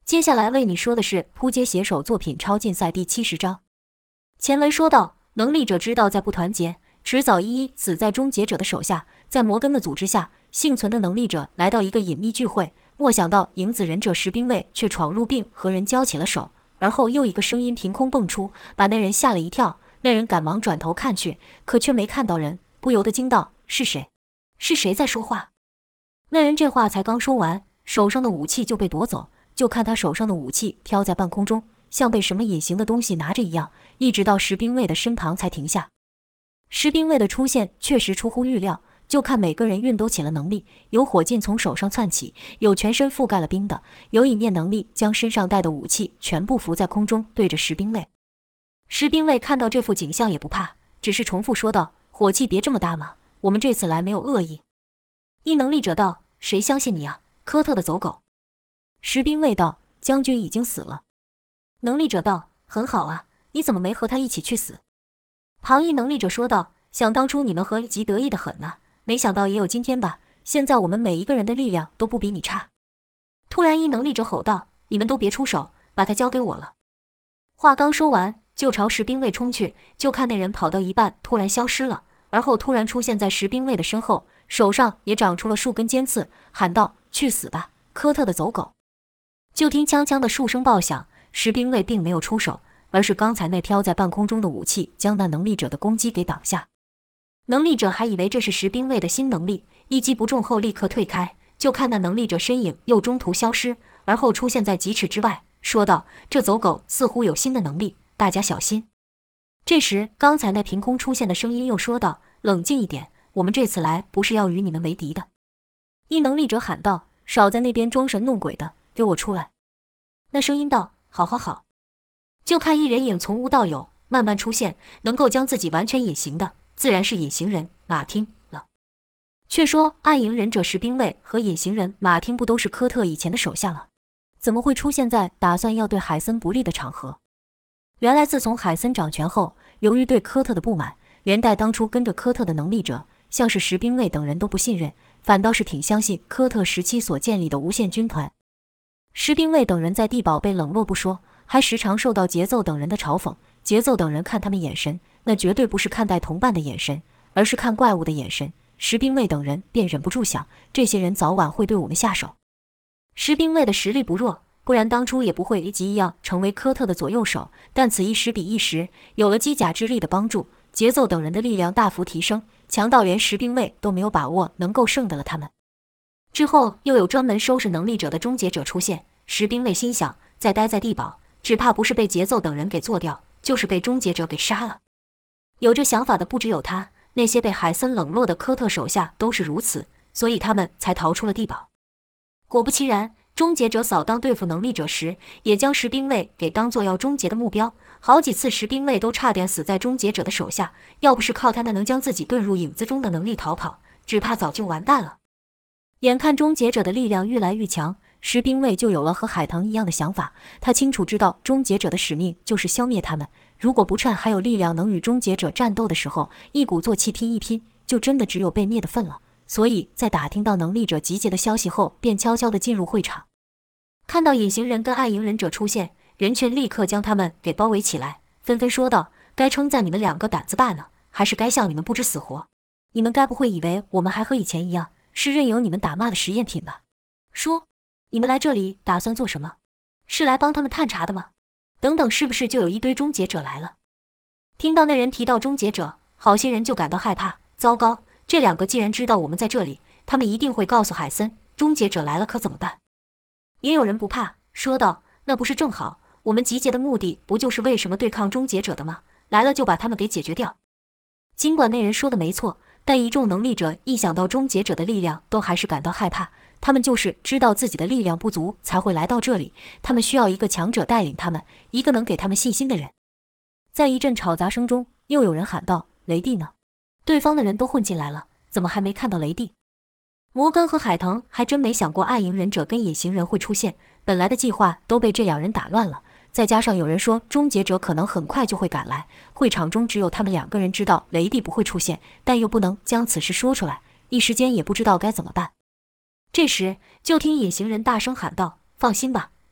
接下来为你说的是扑街写手作品超竞赛第70章。前文说到，能力者知道再不团结，迟早一死在终结者的手下。在摩根的组织下，幸存的能力者来到一个隐秘聚会，莫想到影子忍者石兵卫却闯入并和人交起了手。而后又一个声音凭空蹦出，把那人吓了一跳。那人赶忙转头看去，可却没看到人，不由得惊道：“是谁？是谁在说话？”那人这话才刚说完，手上的武器就被夺走。就看他手上的武器飘在半空中，像被什么隐形的东西拿着一样，一直到石兵卫的身旁才停下。石兵卫的出现确实出乎预料，就看每个人运动起了能力，有火劲从手上窜起，有全身覆盖了冰的，有隐面能力将身上带的武器全部浮在空中，对着石兵卫。石兵卫看到这副景象也不怕，只是重复说道：“火气别这么大嘛，我们这次来没有恶意。”一能力者道：“谁相信你啊，科特的走狗！”石兵卫道：“将军已经死了。”能力者道：“很好啊，你怎么没和他一起去死？”旁一能力者说道：“想当初你们和吉得意的很呢，没想到也有今天吧？现在我们每一个人的力量都不比你差。”突然一能力者吼道：“你们都别出手，把他交给我了！”话刚说完，就朝石兵卫冲去，就看那人跑到一半突然消失了，而后突然出现在石兵卫的身后，手上也长出了数根尖刺，喊道：“去死吧，科特的走狗！”就听锵锵的数声爆响，石兵卫并没有出手，而是刚才那飘在半空中的武器将那能力者的攻击给挡下。能力者还以为这是石兵卫的新能力，一击不中后立刻退开，就看那能力者身影又中途消失，而后出现在几尺之外，说道：“这走狗似乎有新的能力，大家小心。”这时刚才那凭空出现的声音又说道：“冷静一点，我们这次来不是要与你们为敌的。”一能力者喊道：“少在那边装神弄鬼的，给我出来！”那声音道：“好好好。”就看一人影从无到有慢慢出现，能够将自己完全隐形的，自然是隐形人马汀了。却说暗影忍者石兵卫和隐形人马汀不都是科特以前的手下了？怎么会出现在打算要对海森不利的场合？原来自从海森掌权后，由于对科特的不满，连带当初跟着科特的能力者，像是石兵卫等人都不信任，反倒是挺相信科特时期所建立的无限军团。石兵卫等人在地堡被冷落不说，还时常受到节奏等人的嘲讽。节奏等人看他们眼神，那绝对不是看待同伴的眼神，而是看怪物的眼神。石兵卫等人便忍不住想，这些人早晚会对我们下手。石兵卫的实力不弱，不然当初也不会一级一样成为科特的左右手。但此一时彼一时，有了机甲之力的帮助，节奏等人的力量大幅提升，强到连石兵卫都没有把握能够胜得了他们。之后又有专门收拾能力者的终结者出现，石兵卫心想，再待在地堡，只怕不是被节奏等人给做掉，就是被终结者给杀了。有这想法的不只有他，那些被海森冷落的科特手下都是如此，所以他们才逃出了地堡。果不其然，终结者扫荡对付能力者时，也将石兵卫给当作要终结的目标，好几次石兵卫都差点死在终结者的手下，要不是靠他那能将自己遁入影子中的能力逃跑，只怕早就完蛋了。眼看终结者的力量愈来愈强，石兵卫就有了和海棠一样的想法。他清楚知道终结者的使命就是消灭他们，如果不趁还有力量能与终结者战斗的时候一鼓作气拼一拼，就真的只有被灭的份了。所以在打听到能力者集结的消息后，便悄悄地进入会场。看到隐形人跟暗影忍者出现，人群立刻将他们给包围起来，纷纷说道：“该称赞你们两个胆子大呢，还是该向你们不知死活？你们该不会以为我们还和以前一样，是任由你们打骂的实验品吧？说，你们来这里打算做什么？是来帮他们探查的吗？等等，是不是就有一堆终结者来了？”听到那人提到终结者，好些人就感到害怕。糟糕，这两个既然知道我们在这里，他们一定会告诉海森，终结者来了可怎么办？也有人不怕，说道：“那不是正好，我们集结的目的不就是为什么对抗终结者的吗？来了就把他们给解决掉。”尽管那人说的没错，但一众能力者一想到终结者的力量，都还是感到害怕。他们就是知道自己的力量不足，才会来到这里。他们需要一个强者带领他们，一个能给他们信心的人。在一阵吵杂声中，又有人喊道：“雷帝呢？对方的人都混进来了，怎么还没看到雷帝？”摩根和海腾还真没想过暗影忍者跟隐形人会出现，本来的计划都被这两人打乱了。再加上有人说终结者可能很快就会赶来，会场中只有他们两个人知道雷帝不会出现，但又不能将此事说出来，一时间也不知道该怎么办。这时就听隐形人大声喊道：“放心吧，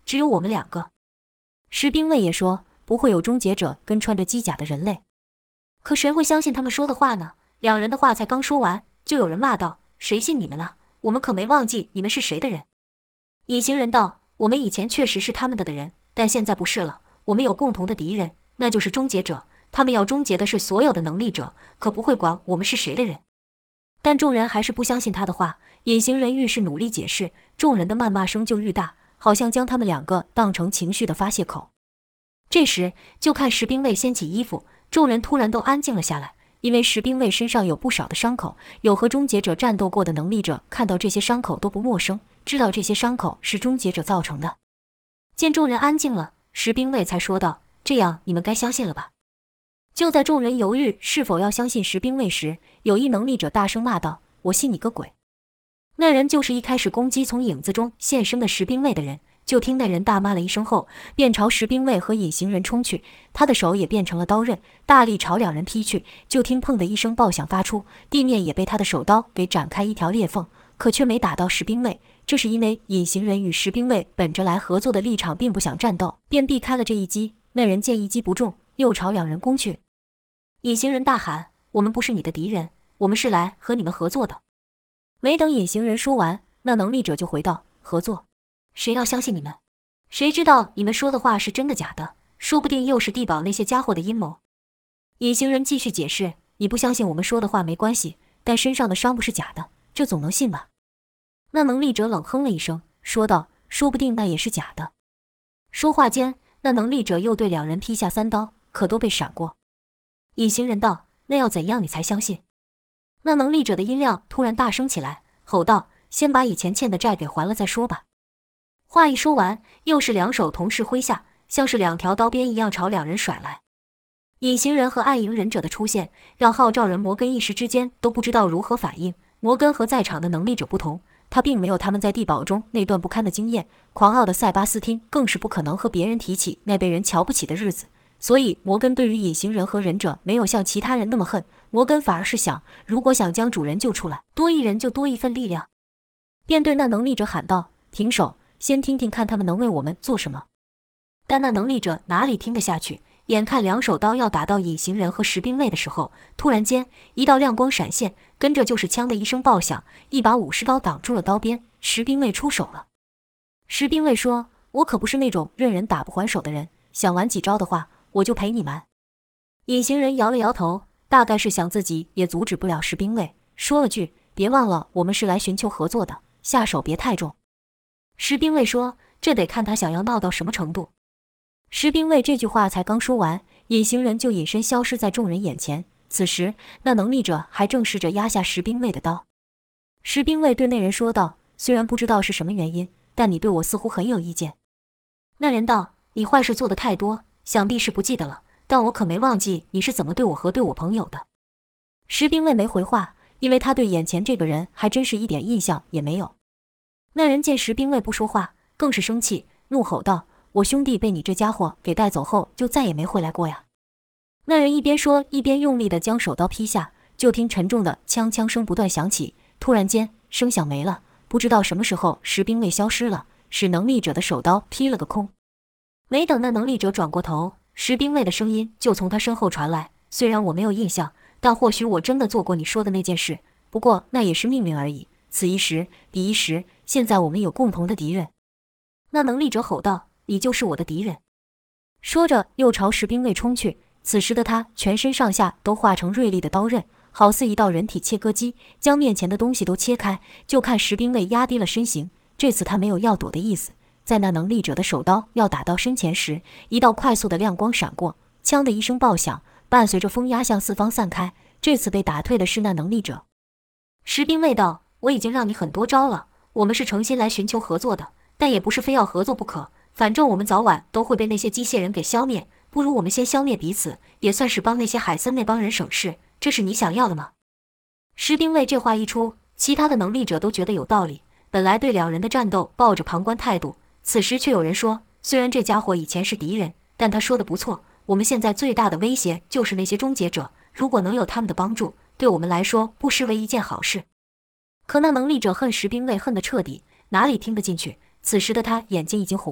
只有我们2个。石兵卫也说，不会有终结者跟穿着机甲的人类。可谁会相信他们说的话呢？2人的话才刚说完，就有人骂道：“谁信你们了？我们可没忘记你们是谁的人。”隐形人道：“我们以前确实是他们的人，但现在不是了。我们有共同的敌人，那就是终结者。他们要终结的是所有的能力者，可不会管我们是谁的人。”但众人还是不相信他的话。隐形人愈是努力解释，众人的谩骂声就愈大，好像将他们2个当成情绪的发泄口。这时，就看石兵卫掀起衣服，众人突然都安静了下来，因为石兵卫身上有不少的伤口，有和终结者战斗过的能力者看到这些伤口都不陌生，知道这些伤口是终结者造成的。见众人安静了，石兵卫才说道：“这样你们该相信了吧？”就在众人犹豫是否要相信石兵卫时，有一能力者大声骂道：“我信你个鬼！”那人就是一开始攻击从影子中现身的石兵卫的人。就听那人大骂了一声后，便朝石兵卫和隐形人冲去，他的手也变成了刀刃，大力朝2人劈去。就听砰的一声爆响发出，地面也被他的手刀给展开一条裂缝，可却没打到石兵卫。这是因为隐形人与石兵卫本着来合作的立场，并不想战斗，便避开了这一击。那人见一击不中，又朝2人攻去。隐形人大喊：“我们不是你的敌人，我们是来和你们合作的。”没等隐形人说完，那能力者就回道：“合作？谁要相信你们？谁知道你们说的话是真的假的？说不定又是地堡那些家伙的阴谋。”隐形人继续解释：“你不相信我们说的话没关系，但身上的伤不是假的，这总能信吧？”那能力者冷哼了一声，说道：“说不定那也是假的。”说话间，那能力者又对2人劈下3刀，可都被闪过。隐形人道：“那要怎样你才相信？”那能力者的音量突然大声起来，吼道：“先把以前欠的债给还了再说吧。”话一说完，又是2手同时挥下，像是2条刀鞭一样朝2人甩来。隐形人和暗影忍者的出现，让号召人摩根一时之间都不知道如何反应。摩根和在场的能力者不同，他并没有他们在地堡中那段不堪的经验，狂傲的塞巴斯汀更是不可能和别人提起那被人瞧不起的日子。所以摩根对于隐形人和忍者没有像其他人那么恨，摩根反而是想，如果想将主人救出来，多一人就多一份力量。便对那能力者喊道：“停手，先听听看他们能为我们做什么。”但那能力者哪里听得下去，眼看2手刀要打到隐形人和石兵卫的时候，突然间一道亮光闪现，跟着就是枪的一声爆响，一把武士刀挡住了刀边，石兵卫出手了。石兵卫说：“我可不是那种任人打不还手的人，想玩几招的话，我就陪你玩。”隐形人摇了摇头，大概是想自己也阻止不了石兵卫，说了句：“别忘了我们是来寻求合作的，下手别太重。”石兵卫说：“这得看他想要闹到什么程度。”石兵卫这句话才刚说完，隐形人就隐身消失在众人眼前。此时那能力者还正试着压下石兵卫的刀。石兵卫对那人说道：“虽然不知道是什么原因，但你对我似乎很有意见。”那人道：“你坏事做得太多，想必是不记得了，但我可没忘记你是怎么对我和对我朋友的。”石兵卫没回话，因为他对眼前这个人还真是一点印象也没有。那人见石兵卫不说话，更是生气，怒吼道：“我兄弟被你这家伙给带走后，就再也没回来过呀！”那人一边说，一边用力地将手刀劈下，就听沉重的枪枪声不断响起。突然间，声响没了，不知道什么时候石兵卫消失了，使能力者的手刀劈了个空。没等那能力者转过头，石兵卫的声音就从他身后传来：“虽然我没有印象，但或许我真的做过你说的那件事，不过那也是命运而已。此一时，彼一时，现在我们有共同的敌人。”那能力者吼道：“你就是我的敌人！”说着又朝石兵卫冲去。此时的他全身上下都化成锐利的刀刃，好似一道人体切割机，将面前的东西都切开。就看石兵卫压低了身形，这次他没有要躲的意思。在那能力者的手刀要打到身前时，一道快速的亮光闪过，枪的一声爆响，伴随着风压向四方散开。这次被打退的是那能力者。石兵卫道：“我已经让你很多招了，我们是诚心来寻求合作的，但也不是非要合作不可。反正我们早晚都会被那些机械人给消灭，不如我们先消灭彼此，也算是帮那些海森那帮人省事。这是你想要的吗？”石兵卫这话一出，其他的能力者都觉得有道理。本来对2人的战斗抱着旁观态度，此时却有人说：“虽然这家伙以前是敌人，但他说的不错，我们现在最大的威胁就是那些终结者，如果能有他们的帮助，对我们来说不失为一件好事。”可那能力者恨石兵卫恨得彻底，哪里听得进去？此时的他眼睛已经红了，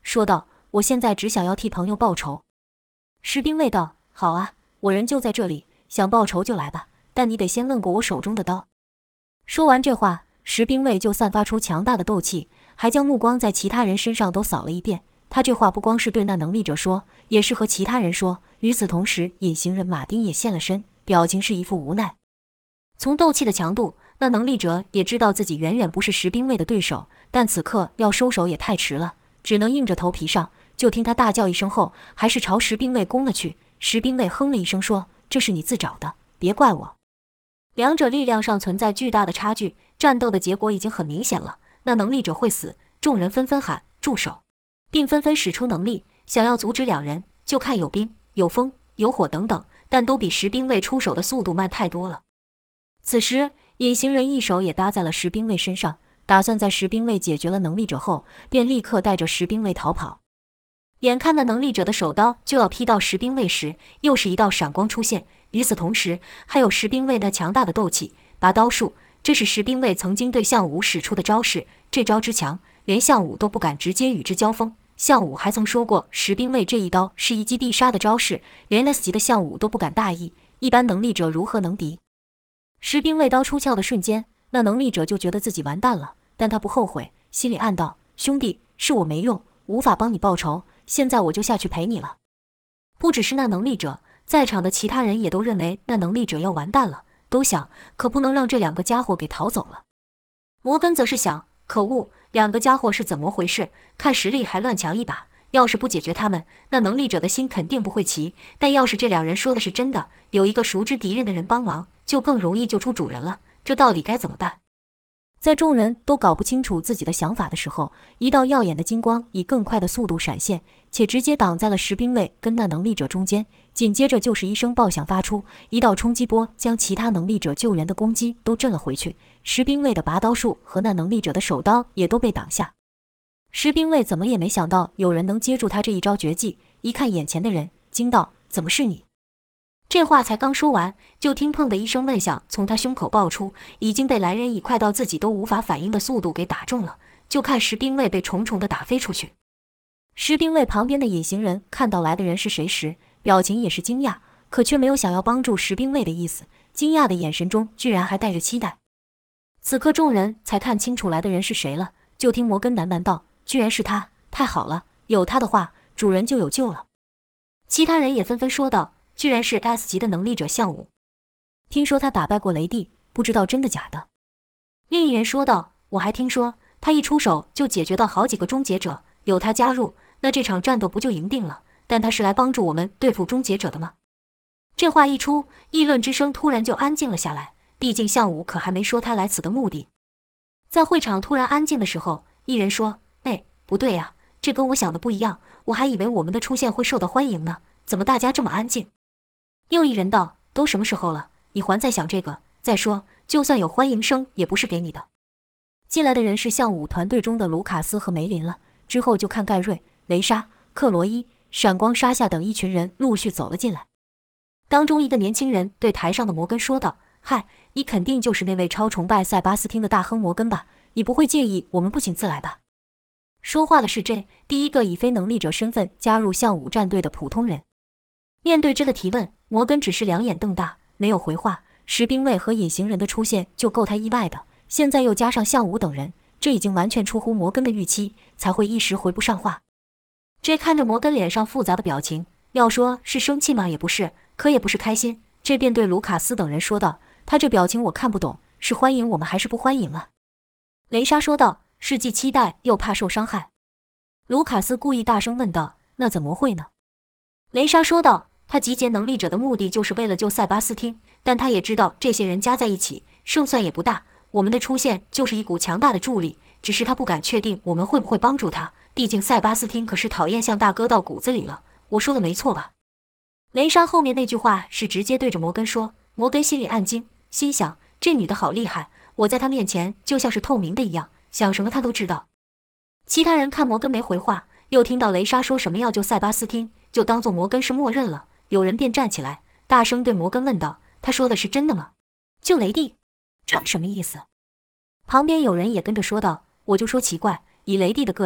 说道：“我现在只想要替朋友报仇。”石兵卫道：“好啊，我人就在这里，想报仇就来吧，但你得先问过我手中的刀。”说完这话，石兵卫就散发出强大的斗气，还将目光在其他人身上都扫了一遍。他这话不光是对那能力者说，也是和其他人说。与此同时，隐形人马丁也现了身，表情是一副无奈。从斗气的强度，那能力者也知道自己远远不是石兵卫的对手，但此刻要收手也太迟了，只能硬着头皮上。就听他大叫一声后，还是朝石兵卫攻了去。石兵卫哼了一声说：“这是你自找的，别怪我。”两者力量上存在巨大的差距，战斗的结果已经很明显了。那能力者会死，众人纷纷喊住手，并纷纷使出能力，想要阻止两人。就看有冰、有风、有火等等，但都比石兵卫出手的速度慢太多了。此时，隐形人一手也搭在了石兵卫身上，打算在石兵卫解决了能力者后，便立刻带着石兵卫逃跑。眼看那能力者的手刀就要劈到石兵卫时，又是一道闪光出现。与此同时，还有石兵卫那强大的斗气，拔刀术。这是石兵卫曾经对项武使出的招式，这招之强，连项武都不敢直接与之交锋。项武还曾说过，石兵卫这一刀是一击必杀的招式，连 S 级的项武都不敢大意，一般能力者如何能敌？石兵卫刀出鞘的瞬间，那能力者就觉得自己完蛋了，但他不后悔，心里暗道：兄弟，是我没用，无法帮你报仇，现在我就下去陪你了。不只是那能力者，在场的其他人也都认为那能力者要完蛋了，都想可不能让这两个家伙给逃走了。摩根则是想，可恶，两个家伙是怎么回事？看实力还乱强一把，要是不解决他们，那能力者的心肯定不会齐。但要是这两人说的是真的，有一个熟知敌人的人帮忙，就更容易救出主人了。这到底该怎么办？在众人都搞不清楚自己的想法的时候，一道耀眼的金光以更快的速度闪现，且直接挡在了石兵卫跟那能力者中间。紧接着就是一声爆响发出，一道冲击波将其他能力者救援的攻击都震了回去。石兵卫的拔刀术和那能力者的手刀也都被挡下。石兵卫怎么也没想到有人能接住他这一招绝技，一看眼前的人，惊道：“怎么是你？”这话才刚说完，就听砰的一声闷响从他胸口爆出，已经被来人以快到自己都无法反应的速度给打中了。就看石兵卫被重重的打飞出去。石兵卫旁边的隐形人看到来的人是谁时，表情也是惊讶，可却没有想要帮助石兵卫的意思，惊讶的眼神中居然还带着期待。此刻众人才看清楚来的人是谁了，就听摩根喃喃道：“居然是他，太好了，有他的话，主人就有救了。”其他人也纷纷说道：“居然是 S 级的能力者项武，听说他打败过雷帝，不知道真的假的。”另一人说道：“我还听说他一出手就解决到好几个终结者，有他加入，那这场战斗不就赢定了？但他是来帮助我们对付终结者的吗？”这话一出，议论之声突然就安静了下来，毕竟项武可还没说他来此的目的。在会场突然安静的时候，一人说：“哎，不对呀，这跟我想的不一样，我还以为我们的出现会受到欢迎呢，怎么大家这么安静？”又一人道：“都什么时候了，你还在想这个？再说，就算有欢迎声，也不是给你的。”进来的人是项武团队中的卢卡斯和梅林了，之后就看盖瑞、雷莎、克罗伊、闪光沙夏等一群人陆续走了进来。当中一个年轻人对台上的摩根说道：“嗨，你肯定就是那位超崇拜塞巴斯汀的大亨摩根吧？你不会介意我们不请自来吧？”说话的是这第一个以非能力者身份加入项武战队的普通人。面对这个提问，摩根只是两眼瞪大，没有回话。石兵卫和隐形人的出现就够他意外的，现在又加上项武等人，这已经完全出乎摩根的预期，才会一时回不上话。这看着摩根脸上复杂的表情，要说是生气吗？也不是，可也不是开心。这便对卢卡斯等人说道：“他这表情我看不懂，是欢迎我们还是不欢迎啊？”雷莎说道：“是既期待又怕受伤害。”卢卡斯故意大声问道：“那怎么会呢？”雷莎说道：“他集结能力者的目的就是为了救塞巴斯汀，但他也知道这些人加在一起胜算也不大，我们的出现就是一股强大的助力，只是他不敢确定我们会不会帮助他，毕竟塞巴斯汀可是讨厌向大哥到骨子里了，我说的没错吧？”雷莎后面那句话是直接对着摩根说，摩根心里暗惊，心想这女的好厉害，我在她面前就像是透明的一样，想什么她都知道。其他人看摩根没回话，又听到雷莎说什么要救塞巴斯汀，就当作摩根是默认了。有人便站起来，大声对摩根问道：“他说的是真的吗？救雷帝，这什么意思？”旁边有人也跟着说道：“我就说奇怪，以雷帝的个性，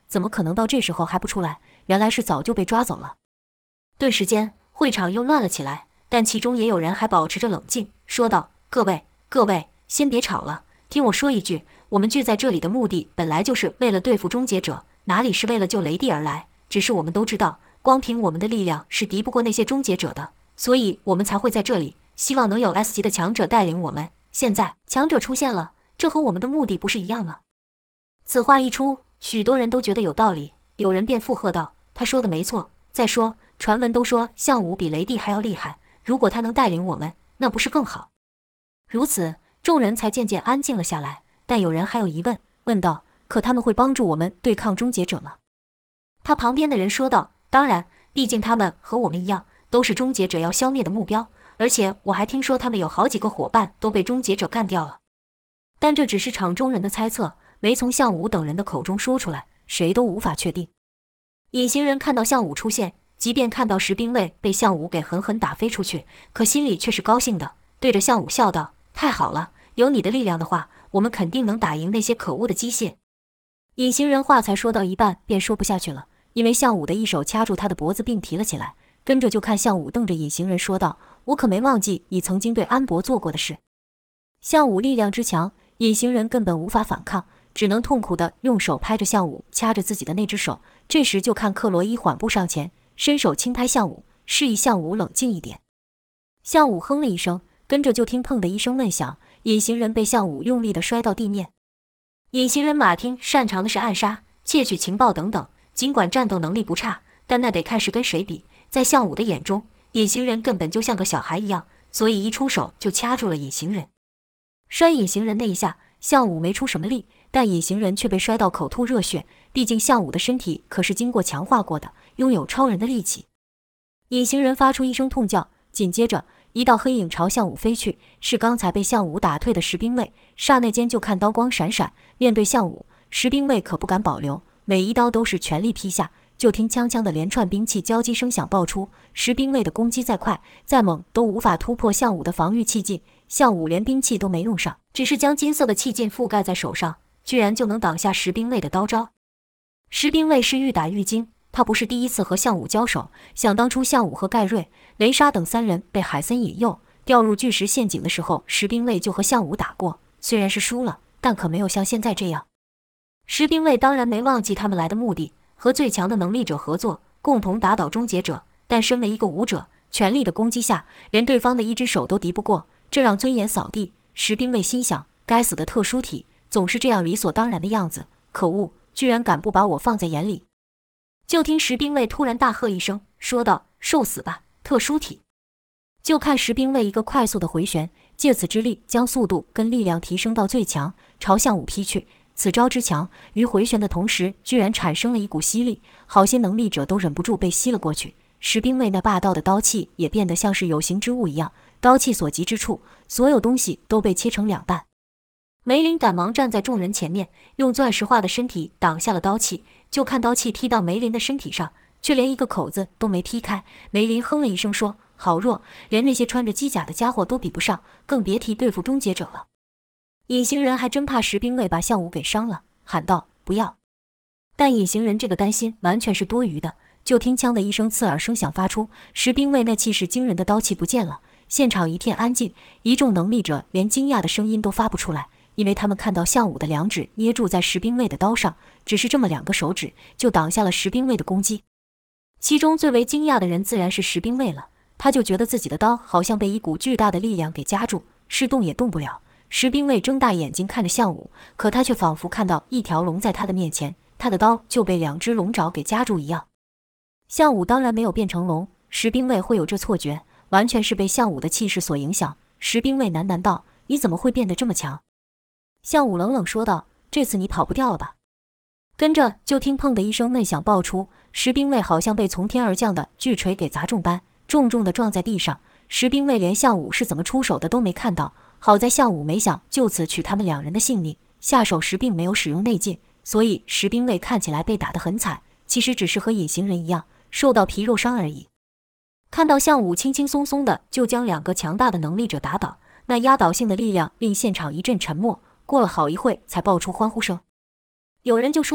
怎么可能到这时候还不出来？原来是早就被抓走了。顿时间，会场又乱了起来，但其中也有人还保持着冷静，说道：“各位，先别吵了，听我说一句，我们聚在这里的目的本来就是为了对付终结者，哪里是为了救雷帝而来？只是我们都知道，光凭我们的力量是敌不过那些终结者的，所以我们才会在这里，希望能有 S 级的强者带领我们。现在强者出现了，这和我们的目的不是一样吗？”此话一出，许多人都觉得有道理，有人便附和道：“他说的没错。再说，传闻都说项武比雷帝还要厉害，如果他能带领我们，那不是更好？”如此，众人才渐渐安静了下来。但有人还有疑问，问道：“可他们会帮助我们对抗终结者吗？”他旁边的人说道：“当然，毕竟他们和我们一样，都是终结者要消灭的目标。而且我还听说他们有好几个伙伴都被终结者干掉了。但这只是场中人的猜测，没从项武等人的口中说出来，谁都无法确定。”隐形人看到项武出现，即便看到石兵卫被项武给狠狠打飞出去，可心里却是高兴的，对着项武笑道：“太好了，有你的力量的话，我们肯定能打赢那些可恶的机械。”隐形人话才说到一半，便说不下去了，因为项武的一手掐住他的脖子并提了起来，跟着就看项武瞪着隐形人说道：“我可没忘记你曾经对安博做过的事。”项武力量之强，隐形人根本无法反抗，只能痛苦地用手拍着项武掐着自己的那只手。这时就看克洛伊缓步上前，伸手轻拍项武，示意项武冷静一点。项武哼了一声，跟着就听砰的一声闷响，隐形人被项武用力地摔到地面。隐形人马汀擅长的是暗杀、窃取情报等等，尽管战斗能力不差，但那得看是跟谁比。在项武的眼中，隐形人根本就像个小孩一样，所以一出手就掐住了隐形人。摔隐形人那一下，项武没出什么力，但隐形人却被摔到口吐热血，毕竟项武的身体可是经过强化过的，拥有超人的力气。隐形人发出一声痛叫，紧接着一道黑影朝项武飞去，是刚才被项武打退的石兵卫。刹那间就看刀光闪闪，面对项武，石兵卫可不敢保留，每一刀都是全力劈下。就听锵锵的连串兵器交击声响爆出，石兵卫的攻击再快再猛都无法突破项武的防御气劲。项武连兵器都没用上，只是将金色的气劲覆盖在手上，居然就能挡下石兵卫的刀招。石兵卫是愈打愈精，他不是第一次和项武交手。想当初项武和盖瑞、雷莎等三人被海森引诱掉入巨石陷阱的时候，石兵卫就和项武打过，虽然是输了，但可没有像现在这样。石兵卫当然没忘记他们来的目的，和最强的能力者合作，共同打倒终结者。但身为一个武者，全力的攻击下，连对方的一只手都敌不过，这让尊严扫地。石兵卫心想：该死的特殊体，总是这样理所当然的样子，可恶，居然敢不把我放在眼里。就听石兵卫突然大喝一声，说道：“受死吧，特殊体！”就看石兵卫一个快速的回旋，借此之力将速度跟力量提升到最强，朝项武劈去。此招之强，于回旋的同时，居然产生了一股吸力，好些能力者都忍不住被吸了过去。石兵卫那霸道的刀气也变得像是有形之物一样，刀气所及之处，所有东西都被切成两半。梅林赶忙站在众人前面，用钻石化的身体挡下了刀气。就看刀气踢到梅林的身体上，却连一个口子都没劈开。梅林哼了一声说：“好弱，连那些穿着机甲的家伙都比不上，更别提对付终结者了。”隐形人还真怕石兵卫把项武给伤了，喊道：“不要！”但隐形人这个担心完全是多余的。就听锵的一声刺耳声响发出，石兵卫那气势惊人的刀气不见了，现场一片安静，一众能力者连惊讶的声音都发不出来，因为他们看到项武的两指捏住在石兵卫的刀上，只是这么2个手指就挡下了石兵卫的攻击。其中最为惊讶的人自然是石兵卫了，他就觉得自己的刀好像被一股巨大的力量给夹住，是动也动不了。石兵卫睁大眼睛看着项武，可他却仿佛看到一条龙在他的面前，他的刀就被2只龙爪给夹住一样。项武当然没有变成龙，石兵卫会有这错觉，完全是被项武的气势所影响。石兵卫喃喃道：“你怎么会变得这么强？”项武冷冷说道：“这次你跑不掉了吧？”跟着就听砰的一声闷响爆出，石兵卫好像被从天而降的巨锤给砸中般，重重地撞在地上。石兵卫连项武是怎么出手的都没看到，好在项武没想就此取他们2人的性命，下手时并没有使用内劲，所以石兵卫看起来被打得很惨，其实只是和隐形人一样受到皮肉伤而已。看到项武轻轻松松的就将2个强大的能力者打倒，那压倒性的力量令现场一阵沉默，过了好一会才爆出欢呼声。有人就说道：“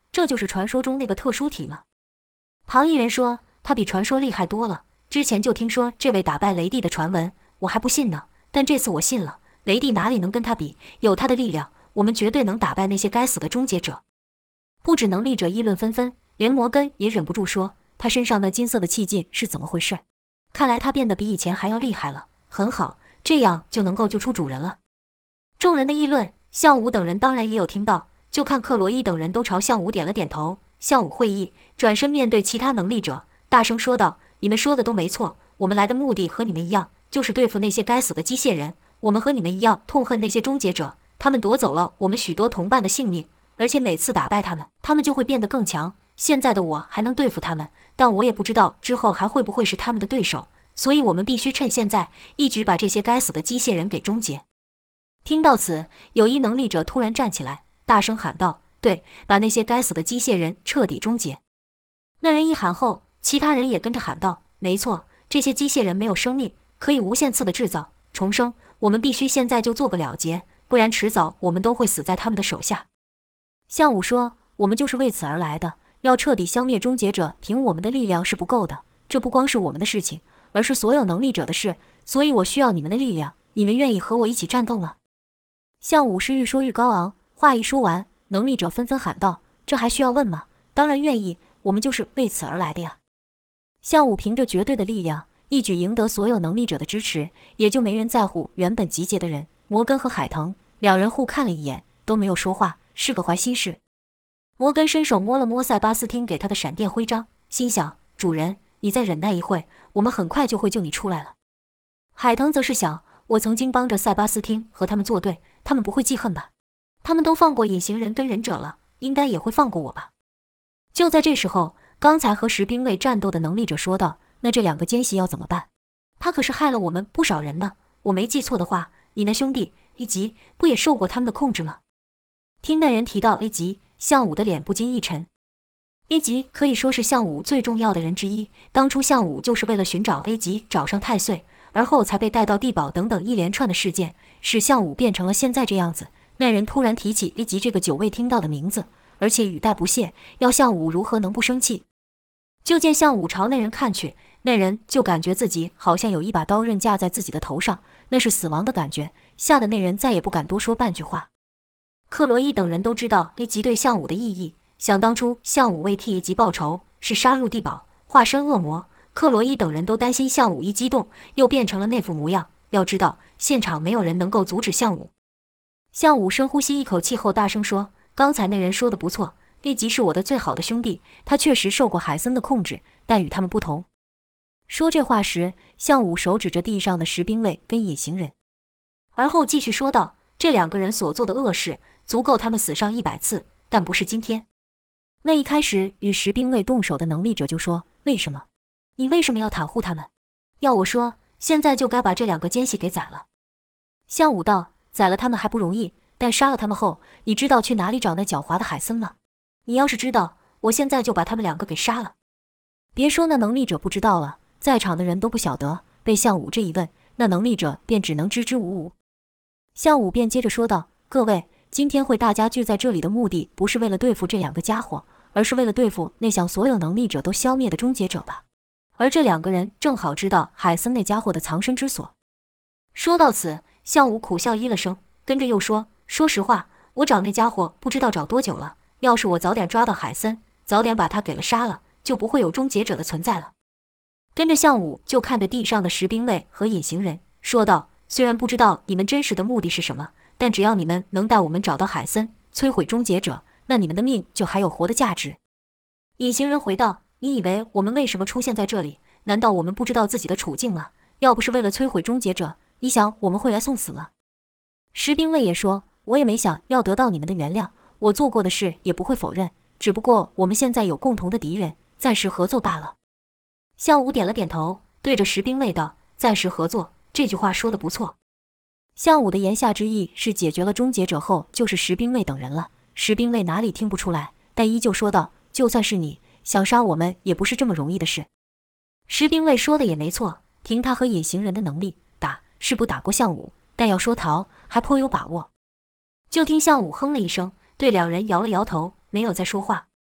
这就是传说中那个特殊体吗？旁一人说，他比传说厉害多了，之前就听说这位打败雷帝的传闻，我还不信呢，但这次我信了，雷帝哪里能跟他比，有他的力量，我们绝对能打败那些该死的终结者。不止能力者议论纷纷，连摩根也忍不住说，他身上那金色的气劲是怎么回事？看来他变得比以前还要厉害了，很好，这样就能够救出主人了。众人的议论，项武等人当然也有听到，就看克罗伊等人都朝项武点了点头。项武会意，转身面对其他能力者，大声说道：“你们说的都没错，我们来的目的和你们一样，就是对付那些该死的机械人。我们和你们一样痛恨那些终结者，他们夺走了我们许多同伴的性命，而且每次打败他们，他们就会变得更强。现在的我还能对付他们，但我也不知道之后还会不会是他们的对手，所以我们必须趁现在一举把这些该死的机械人给终结。”听到此，有一能力者突然站起来，大声喊道：“对，把那些该死的机械人彻底终结！”那人一喊后，其他人也跟着喊道：“没错，这些机械人没有生命，可以无限次的制造、重生，我们必须现在就做个了结，不然迟早我们都会死在他们的手下。”项武说：“我们就是为此而来的，要彻底消灭终结者，凭我们的力量是不够的，这不光是我们的事情，而是所有能力者的事，所以我需要你们的力量，你们愿意和我一起战斗吗？”项武是愈说愈高昂，话一说完，能力者纷纷喊道：“这还需要问吗？当然愿意，我们就是为此而来的呀！”项武凭着绝对的力量，一举赢得所有能力者的支持，也就没人在乎原本集结的人。摩根和海腾两人互看了一眼，都没有说话，是个怀心事。摩根伸手摸了摸塞巴斯汀给他的闪电徽章，心想：主人，你再忍耐一会，我们很快就会救你出来了。海腾则是想：我曾经帮着塞巴斯汀和他们作对，他们不会记恨吧？他们都放过隐形人跟忍者了，应该也会放过我吧？就在这时候，刚才和石兵卫战斗的能力者说道：“那这两个奸细要怎么办？他可是害了我们不少人呢。我没记错的话，你那兄弟一级不也受过他们的控制吗？”听那人提到 A 级，项武的脸不禁一沉。A 级可以说是项武最重要的人之一，当初项武就是为了寻找 A 级找上太岁，而后才被带到地堡等等一连串的事件，使项武变成了现在这样子。那人突然提起 A 级这个久未听到的名字，而且语带不屑，要项武如何能不生气？就见项武朝那人看去，那人就感觉自己好像有一把刀刃架在自己的头上，那是死亡的感觉，吓得那人再也不敢多说半句话。克罗伊等人都知道 A 级对项武的意义，想当初项武为替 A 级报仇，是杀入地堡，化身恶魔。克罗伊等人都担心项武一激动又变成了那副模样，要知道现场没有人能够阻止项武。项武深呼吸一口气后大声说：“刚才那人说的不错，A 级是我的最好的兄弟，他确实受过海森的控制，但与他们不同。”说这话时，项武手指着地上的石兵卫跟隐形人，而后继续说道：“这两个人所做的恶事，足够他们死上100次，但不是今天。”那一开始与石兵卫动手的能力者就说：“为什么？你为什么要袒护他们？要我说，现在就该把这两个奸细给宰了。”项武道：“宰了他们还不容易，但杀了他们后，你知道去哪里找那狡猾的海森吗？你要是知道，我现在就把他们两个给杀了。”别说那能力者不知道了，在场的人都不晓得。被项武这一问，那能力者便只能支支吾吾。项武便接着说道：“各位，今天会大家聚在这里的目的，不是为了对付这两个家伙，而是为了对付那想所有能力者都消灭的终结者吧。而这两个人正好知道海森那家伙的藏身之所。”说到此，项武苦笑一了声，跟着又说：“说实话，我找那家伙不知道找多久了。要是我早点抓到海森，早点把他给了杀了，就不会有终结者的存在了。”跟着项武就看着地上的石兵卫和隐形人，说道：“虽然不知道你们真实的目的是什么，但只要你们能带我们找到海森，摧毁终结者，那你们的命就还有活的价值。”隐形人回道：“你以为我们为什么出现在这里？难道我们不知道自己的处境吗？要不是为了摧毁终结者，你想我们会来送死吗？”石兵卫也说：“我也没想要得到你们的原谅，我做过的事也不会否认，只不过我们现在有共同的敌人，暂时合作罢了。”项武点了点头，对着石兵卫道：“暂时合作，这句话说得不错。”项武的言下之意是解决了终结者后，就是石兵卫等人了。石兵卫哪里听不出来，但依旧说道：“就算是你想杀我们，也不是这么容易的事。”石兵卫说的也没错，凭他和隐形人的能力，打是不打过项武，但要说逃，还颇有把握。就听项武哼了一声，对两人摇了摇头，没有再说话。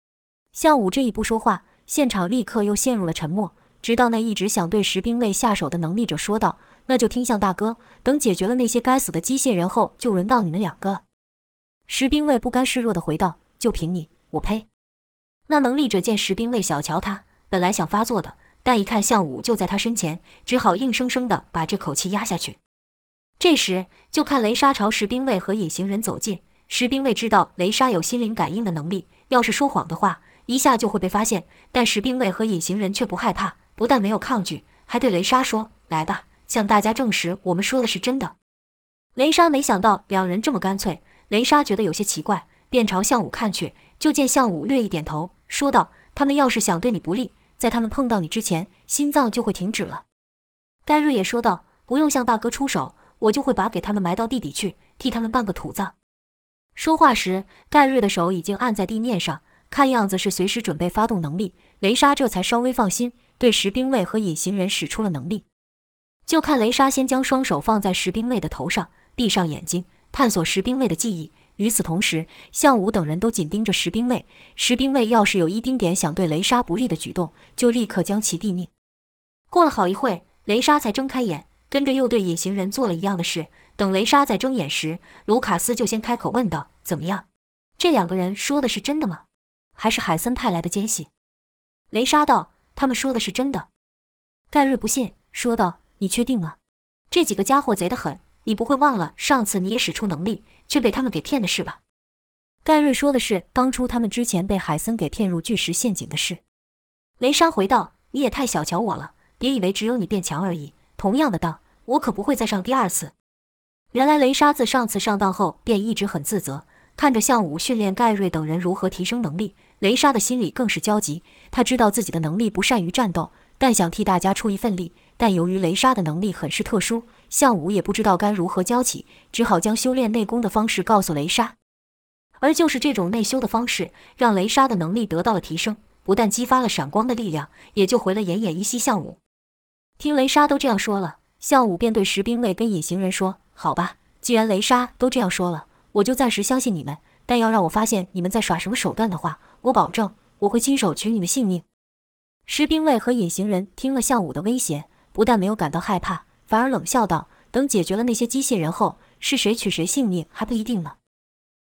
项武这一不说话，现场立刻又陷入了沉默，直到那一直想对石兵卫下手的能力者说道：“那就听向大哥，等解决了那些该死的机械人后，就轮到你们两个。”石兵卫不甘示弱地回道：“就凭你，我呸！”那能力者见石兵卫小瞧他，本来想发作的，但一看项武就在他身前，只好硬生生地把这口气压下去。这时，就看雷莎朝石兵卫和隐形人走近。石兵卫知道雷莎有心灵感应的能力，要是说谎的话，一下就会被发现。但石兵卫和隐形人却不害怕，不但没有抗拒，还对雷莎说：“来吧，向大家证实我们说的是真的。”雷莎没想到两人这么干脆，雷莎觉得有些奇怪，便朝项武看去，就见项武略一点头，说道：“他们要是想对你不利，在他们碰到你之前，心脏就会停止了。”盖瑞也说道：“不用向大哥出手，我就会把给他们埋到地底去，替他们办个土葬。”说话时，盖瑞的手已经按在地面上，看样子是随时准备发动能力。雷莎这才稍微放心，对石兵卫和隐形人使出了能力。就看雷莎先将双手放在石兵卫的头上，闭上眼睛，探索石兵卫的记忆。与此同时，项武等人都紧盯着石兵卫。石兵卫要是有一丁点想对雷莎不利的举动，就立刻将其毙命。过了好一会，雷莎才睁开眼，跟着又对隐形人做了一样的事。等雷莎在睁眼时，卢卡斯就先开口问道：“怎么样？这两个人说的是真的吗？还是海森派来的奸细？”雷莎道：“他们说的是真的。”盖瑞不信，说道：“你确定吗？这几个家伙贼得很，你不会忘了上次你也使出能力，却被他们给骗的事吧？”盖瑞说的是当初他们之前被海森给骗入巨石陷阱的事。雷莎回道：“你也太小瞧我了，别以为只有你变强而已，同样的当，我可不会再上第二次。”原来雷莎自上次上当后便一直很自责，看着项武训练盖瑞等人如何提升能力，雷莎的心里更是焦急。她知道自己的能力不善于战斗，但想替大家出一份力，但由于雷莎的能力很是特殊，项武也不知道该如何教起，只好将修炼内功的方式告诉雷莎。而就是这种内修的方式，让雷莎的能力得到了提升，不但激发了闪光的力量，也救回了奄奄一息项武。听雷莎都这样说了，项武便对石兵卫跟隐形人说：“好吧，既然雷莎都这样说了，我就暂时相信你们，但要让我发现你们在耍什么手段的话，我保证我会亲手取你们性命。”石兵卫和隐形人听了项武的威胁，不但没有感到害怕，反而冷笑道：“等解决了那些机械人后，是谁取谁性命还不一定呢。”